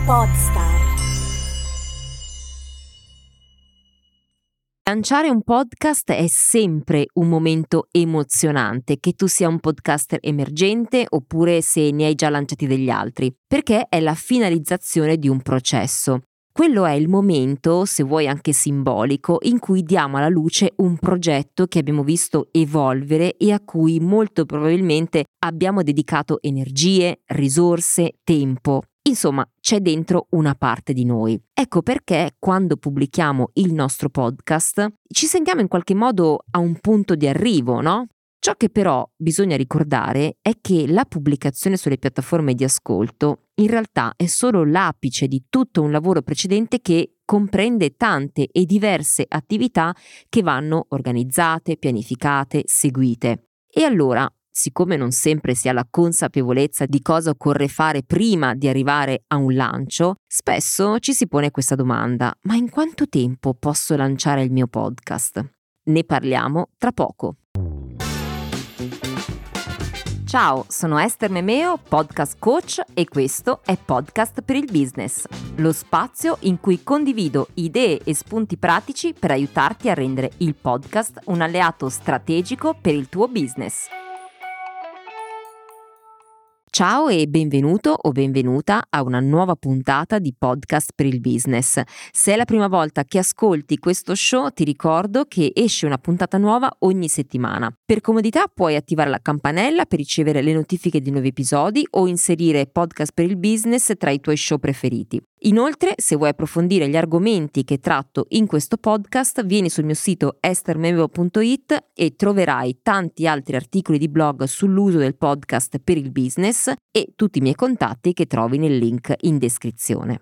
Podstar. Lanciare un podcast è sempre un momento emozionante, che tu sia un podcaster emergente oppure se ne hai già lanciati degli altri, perché è la finalizzazione di un processo. Quello è il momento, se vuoi anche simbolico, in cui diamo alla luce un progetto che abbiamo visto evolvere e a cui molto probabilmente abbiamo dedicato energie, risorse, tempo. Insomma, c'è dentro una parte di noi. Ecco perché quando pubblichiamo il nostro podcast ci sentiamo in qualche modo a un punto di arrivo, no? Ciò che però bisogna ricordare è che la pubblicazione sulle piattaforme di ascolto in realtà è solo l'apice di tutto un lavoro precedente che comprende tante e diverse attività che vanno organizzate, pianificate, seguite. E allora, siccome non sempre si ha la consapevolezza di cosa occorre fare prima di arrivare a un lancio, spesso ci si pone questa domanda: ma in quanto tempo posso lanciare il mio podcast? Ne parliamo tra poco. Ciao, sono Esther Memeo, podcast coach e questo è Podcast per il Business, lo spazio in cui condivido idee e spunti pratici per aiutarti a rendere il podcast un alleato strategico per il tuo business. Ciao e benvenuto o benvenuta a una nuova puntata di Podcast per il Business. Se è la prima volta che ascolti questo show, ti ricordo che esce una puntata nuova ogni settimana. Per comodità puoi attivare la campanella per ricevere le notifiche di nuovi episodi o inserire Podcast per il Business tra i tuoi show preferiti. Inoltre, se vuoi approfondire gli argomenti che tratto in questo podcast, vieni sul mio sito estermemeo.it e troverai tanti altri articoli di blog sull'uso del podcast per il business e tutti i miei contatti che trovi nel link in descrizione.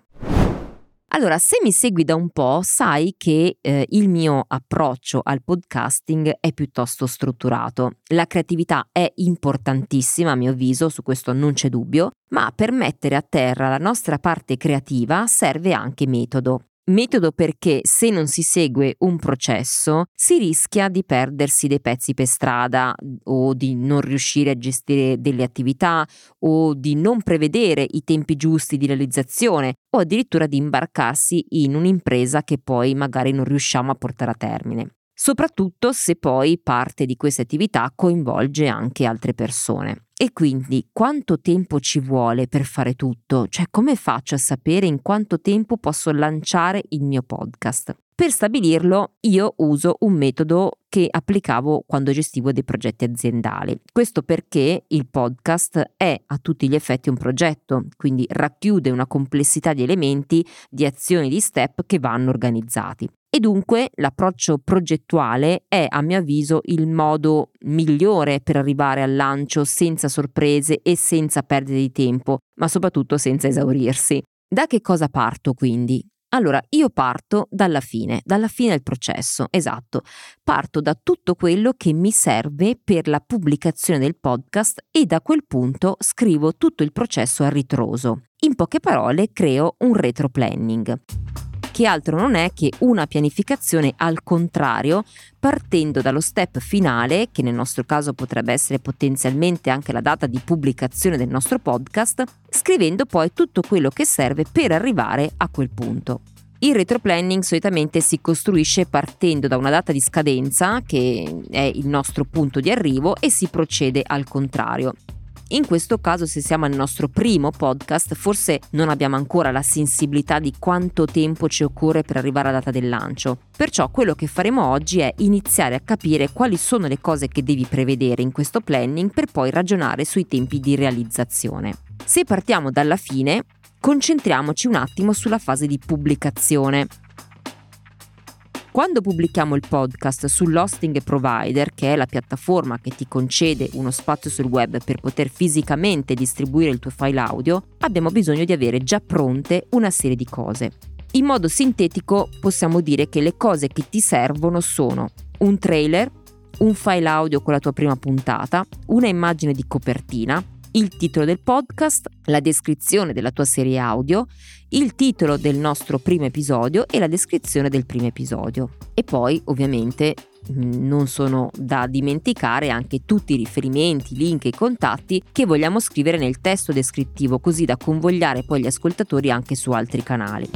Allora, se mi segui da un po', sai che il mio approccio al podcasting è piuttosto strutturato. La creatività è importantissima, a mio avviso, su questo non c'è dubbio, ma per mettere a terra la nostra parte creativa serve anche metodo. Metodo perché se non si segue un processo si rischia di perdersi dei pezzi per strada o di non riuscire a gestire delle attività o di non prevedere i tempi giusti di realizzazione o addirittura di imbarcarsi in un'impresa che poi magari non riusciamo a portare a termine. Soprattutto se poi parte di queste attività coinvolge anche altre persone. E quindi quanto tempo ci vuole per fare tutto? Cioè, come faccio a sapere in quanto tempo posso lanciare il mio podcast? Per stabilirlo io uso un metodo che applicavo quando gestivo dei progetti aziendali. Questo perché il podcast è a tutti gli effetti un progetto, quindi racchiude una complessità di elementi, di azioni, di step che vanno organizzati. E dunque l'approccio progettuale è, a mio avviso, il modo migliore per arrivare al lancio senza sorprese e senza perdere di tempo, ma soprattutto senza esaurirsi. Da che cosa parto quindi? Allora, io parto dalla fine del processo, esatto. Parto da tutto quello che mi serve per la pubblicazione del podcast e da quel punto scrivo tutto il processo a ritroso. In poche parole, creo un retro planning, che altro non è che una pianificazione al contrario, partendo dallo step finale, che nel nostro caso potrebbe essere potenzialmente anche la data di pubblicazione del nostro podcast, scrivendo poi tutto quello che serve per arrivare a quel punto. Il retroplanning solitamente si costruisce partendo da una data di scadenza, che è il nostro punto di arrivo, e si procede al contrario. In questo caso, se siamo al nostro primo podcast, forse non abbiamo ancora la sensibilità di quanto tempo ci occorre per arrivare alla data del lancio. Perciò quello che faremo oggi è iniziare a capire quali sono le cose che devi prevedere in questo planning per poi ragionare sui tempi di realizzazione. Se partiamo dalla fine, concentriamoci un attimo sulla fase di pubblicazione. Quando pubblichiamo il podcast sull'hosting provider, che è la piattaforma che ti concede uno spazio sul web per poter fisicamente distribuire il tuo file audio, abbiamo bisogno di avere già pronte una serie di cose. In modo sintetico possiamo dire che le cose che ti servono sono un trailer, un file audio con la tua prima puntata, una immagine di copertina, il titolo del podcast, la descrizione della tua serie audio, il titolo del nostro primo episodio e la descrizione del primo episodio. E poi, ovviamente, non sono da dimenticare anche tutti i riferimenti, link e contatti che vogliamo scrivere nel testo descrittivo, così da convogliare poi gli ascoltatori anche su altri canali.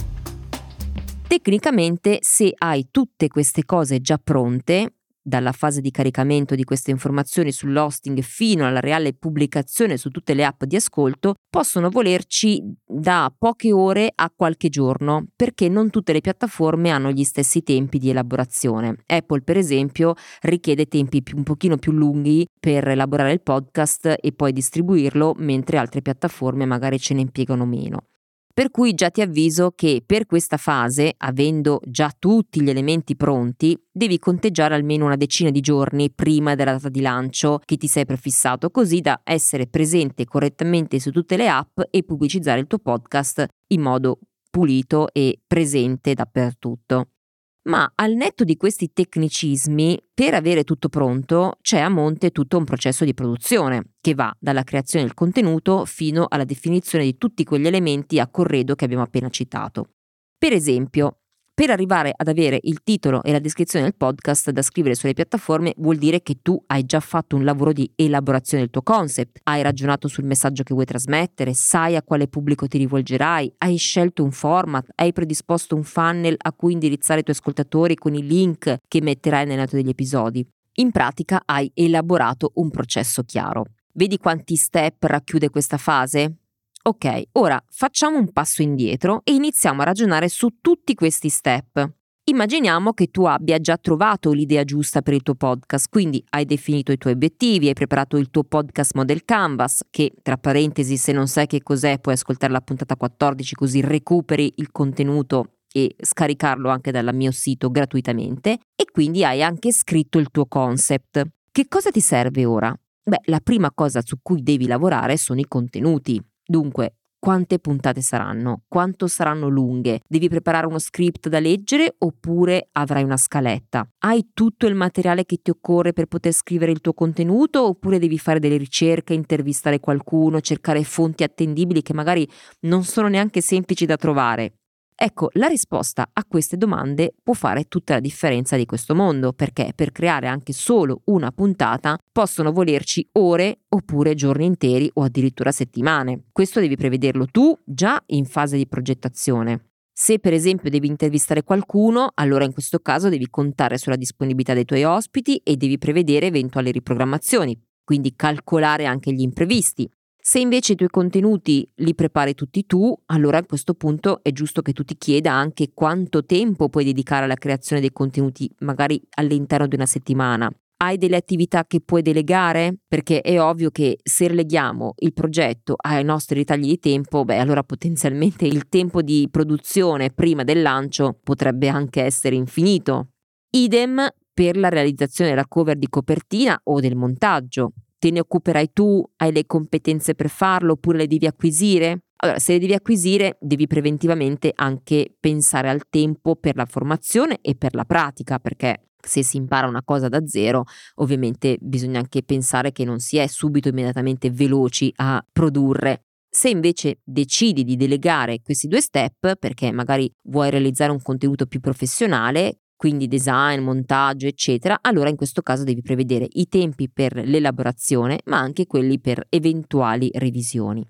Tecnicamente, se hai tutte queste cose già pronte, dalla fase di caricamento di queste informazioni sull'hosting fino alla reale pubblicazione su tutte le app di ascolto, possono volerci da poche ore a qualche giorno, perché non tutte le piattaforme hanno gli stessi tempi di elaborazione. Apple, per esempio, richiede tempi un pochino più lunghi per elaborare il podcast e poi distribuirlo, mentre altre piattaforme magari ce ne impiegano meno. Per cui già ti avviso che per questa fase, avendo già tutti gli elementi pronti, devi conteggiare almeno una decina di giorni prima della data di lancio che ti sei prefissato, così da essere presente correttamente su tutte le app e pubblicizzare il tuo podcast in modo pulito e presente dappertutto. Ma al netto di questi tecnicismi, per avere tutto pronto c'è a monte tutto un processo di produzione che va dalla creazione del contenuto fino alla definizione di tutti quegli elementi a corredo che abbiamo appena citato. Per esempio, per arrivare ad avere il titolo e la descrizione del podcast da scrivere sulle piattaforme vuol dire che tu hai già fatto un lavoro di elaborazione del tuo concept, hai ragionato sul messaggio che vuoi trasmettere, sai a quale pubblico ti rivolgerai, hai scelto un format, hai predisposto un funnel a cui indirizzare i tuoi ascoltatori con i link che metterai nelle note degli episodi. In pratica hai elaborato un processo chiaro. Vedi quanti step racchiude questa fase? Ok, ora facciamo un passo indietro e iniziamo a ragionare su tutti questi step. Immaginiamo che tu abbia già trovato l'idea giusta per il tuo podcast, quindi hai definito i tuoi obiettivi, hai preparato il tuo podcast model canvas, che tra parentesi se non sai che cos'è puoi ascoltare la puntata 14 così recuperi il contenuto e scaricarlo anche dal mio sito gratuitamente, e quindi hai anche scritto il tuo concept. Che cosa ti serve ora? La prima cosa su cui devi lavorare sono i contenuti. Dunque, quante puntate saranno? Quanto saranno lunghe? Devi preparare uno script da leggere oppure avrai una scaletta? Hai tutto il materiale che ti occorre per poter scrivere il tuo contenuto oppure devi fare delle ricerche, intervistare qualcuno, cercare fonti attendibili che magari non sono neanche semplici da trovare? Ecco, la risposta a queste domande può fare tutta la differenza di questo mondo, perché per creare anche solo una puntata possono volerci ore oppure giorni interi o addirittura settimane. Questo devi prevederlo tu già in fase di progettazione. Se per esempio devi intervistare qualcuno, allora in questo caso devi contare sulla disponibilità dei tuoi ospiti e devi prevedere eventuali riprogrammazioni, quindi calcolare anche gli imprevisti. Se invece i tuoi contenuti li prepari tutti tu, allora a questo punto è giusto che tu ti chieda anche quanto tempo puoi dedicare alla creazione dei contenuti, magari all'interno di una settimana. Hai delle attività che puoi delegare? Perché è ovvio che se releghiamo il progetto ai nostri ritagli di tempo, allora potenzialmente il tempo di produzione prima del lancio potrebbe anche essere infinito. Idem per la realizzazione della cover di copertina o del montaggio. Te ne occuperai tu? Hai le competenze per farlo oppure le devi acquisire? Allora, se le devi acquisire, devi preventivamente anche pensare al tempo per la formazione e per la pratica, perché se si impara una cosa da zero, ovviamente bisogna anche pensare che non si è subito immediatamente veloci a produrre. Se invece decidi di delegare questi due step, perché magari vuoi realizzare un contenuto più professionale, quindi design, montaggio, eccetera, allora in questo caso devi prevedere i tempi per l'elaborazione, ma anche quelli per eventuali revisioni.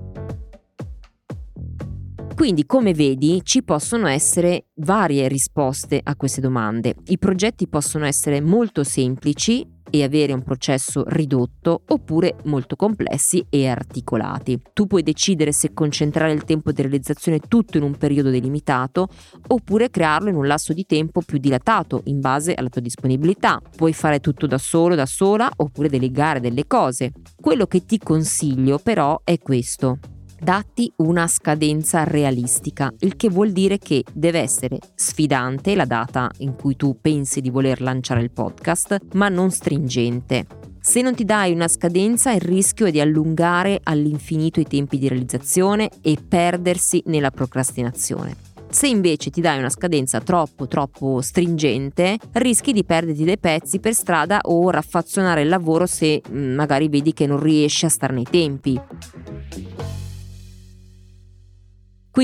Quindi, come vedi, ci possono essere varie risposte a queste domande. I progetti possono essere molto semplici e avere un processo ridotto, oppure molto complessi e articolati. Tu puoi decidere se concentrare il tempo di realizzazione tutto in un periodo delimitato, oppure crearlo in un lasso di tempo più dilatato, in base alla tua disponibilità. Puoi fare tutto da solo, da sola, oppure delegare delle cose. Quello che ti consiglio però è questo. Datti una scadenza realistica, il che vuol dire che deve essere sfidante la data in cui tu pensi di voler lanciare il podcast, ma non stringente. Se non ti dai una scadenza, il rischio è di allungare all'infinito i tempi di realizzazione e perdersi nella procrastinazione. Se invece ti dai una scadenza troppo stringente, rischi di perderti dei pezzi per strada o raffazzonare il lavoro se magari vedi che non riesci a stare nei tempi. Quindi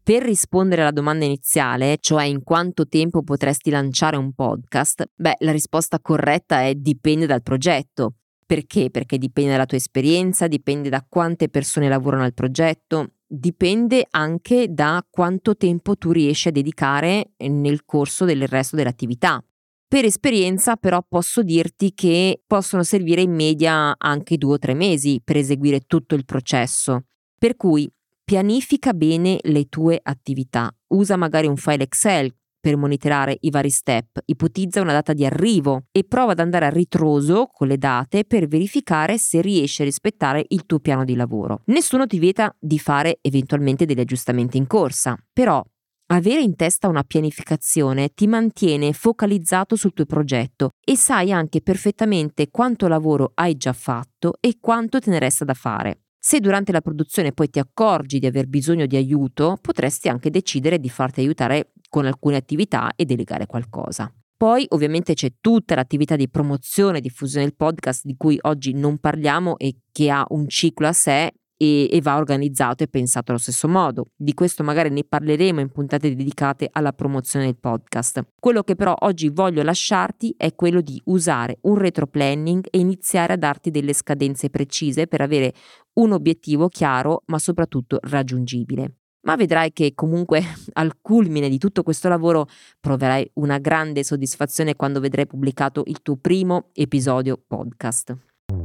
Per rispondere alla domanda iniziale, cioè in quanto tempo potresti lanciare un podcast, la risposta corretta è dipende dal progetto. Perché? Perché dipende dalla tua esperienza, dipende da quante persone lavorano al progetto, dipende anche da quanto tempo tu riesci a dedicare nel corso del resto dell'attività. Per esperienza però posso dirti che possono servire in media anche 2 o 3 mesi per eseguire tutto il processo. Per cui pianifica bene le tue attività, usa magari un file Excel per monitorare i vari step, ipotizza una data di arrivo e prova ad andare a ritroso con le date per verificare se riesci a rispettare il tuo piano di lavoro. Nessuno ti vieta di fare eventualmente degli aggiustamenti in corsa, però avere in testa una pianificazione ti mantiene focalizzato sul tuo progetto e sai anche perfettamente quanto lavoro hai già fatto e quanto te ne resta da fare. Se durante la produzione poi ti accorgi di aver bisogno di aiuto, potresti anche decidere di farti aiutare con alcune attività e delegare qualcosa. Poi ovviamente c'è tutta l'attività di promozione e diffusione del podcast di cui oggi non parliamo e che ha un ciclo a sé e va organizzato e pensato allo stesso modo. Di questo magari ne parleremo in puntate dedicate alla promozione del podcast. Quello che però oggi voglio lasciarti è quello di usare un retro planning e iniziare a darti delle scadenze precise per avere un obiettivo chiaro ma soprattutto raggiungibile. Ma vedrai che comunque al culmine di tutto questo lavoro proverai una grande soddisfazione quando vedrai pubblicato il tuo primo episodio podcast.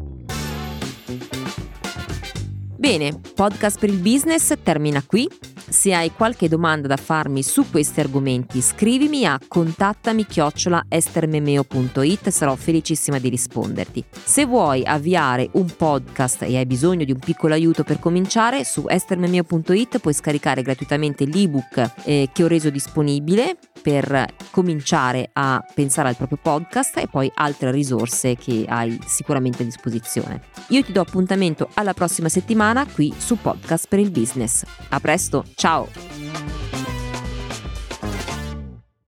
Bene, Podcast per il Business termina qui. Se hai qualche domanda da farmi su questi argomenti, scrivimi a contattami@estermemeo.it, sarò felicissima di risponderti. Se vuoi avviare un podcast e hai bisogno di un piccolo aiuto per cominciare, su estermemeo.it puoi scaricare gratuitamente l'ebook che ho reso disponibile per cominciare a pensare al proprio podcast e poi altre risorse che hai sicuramente a disposizione. Io ti do appuntamento alla prossima settimana qui su Podcast per il Business. A presto, ciao!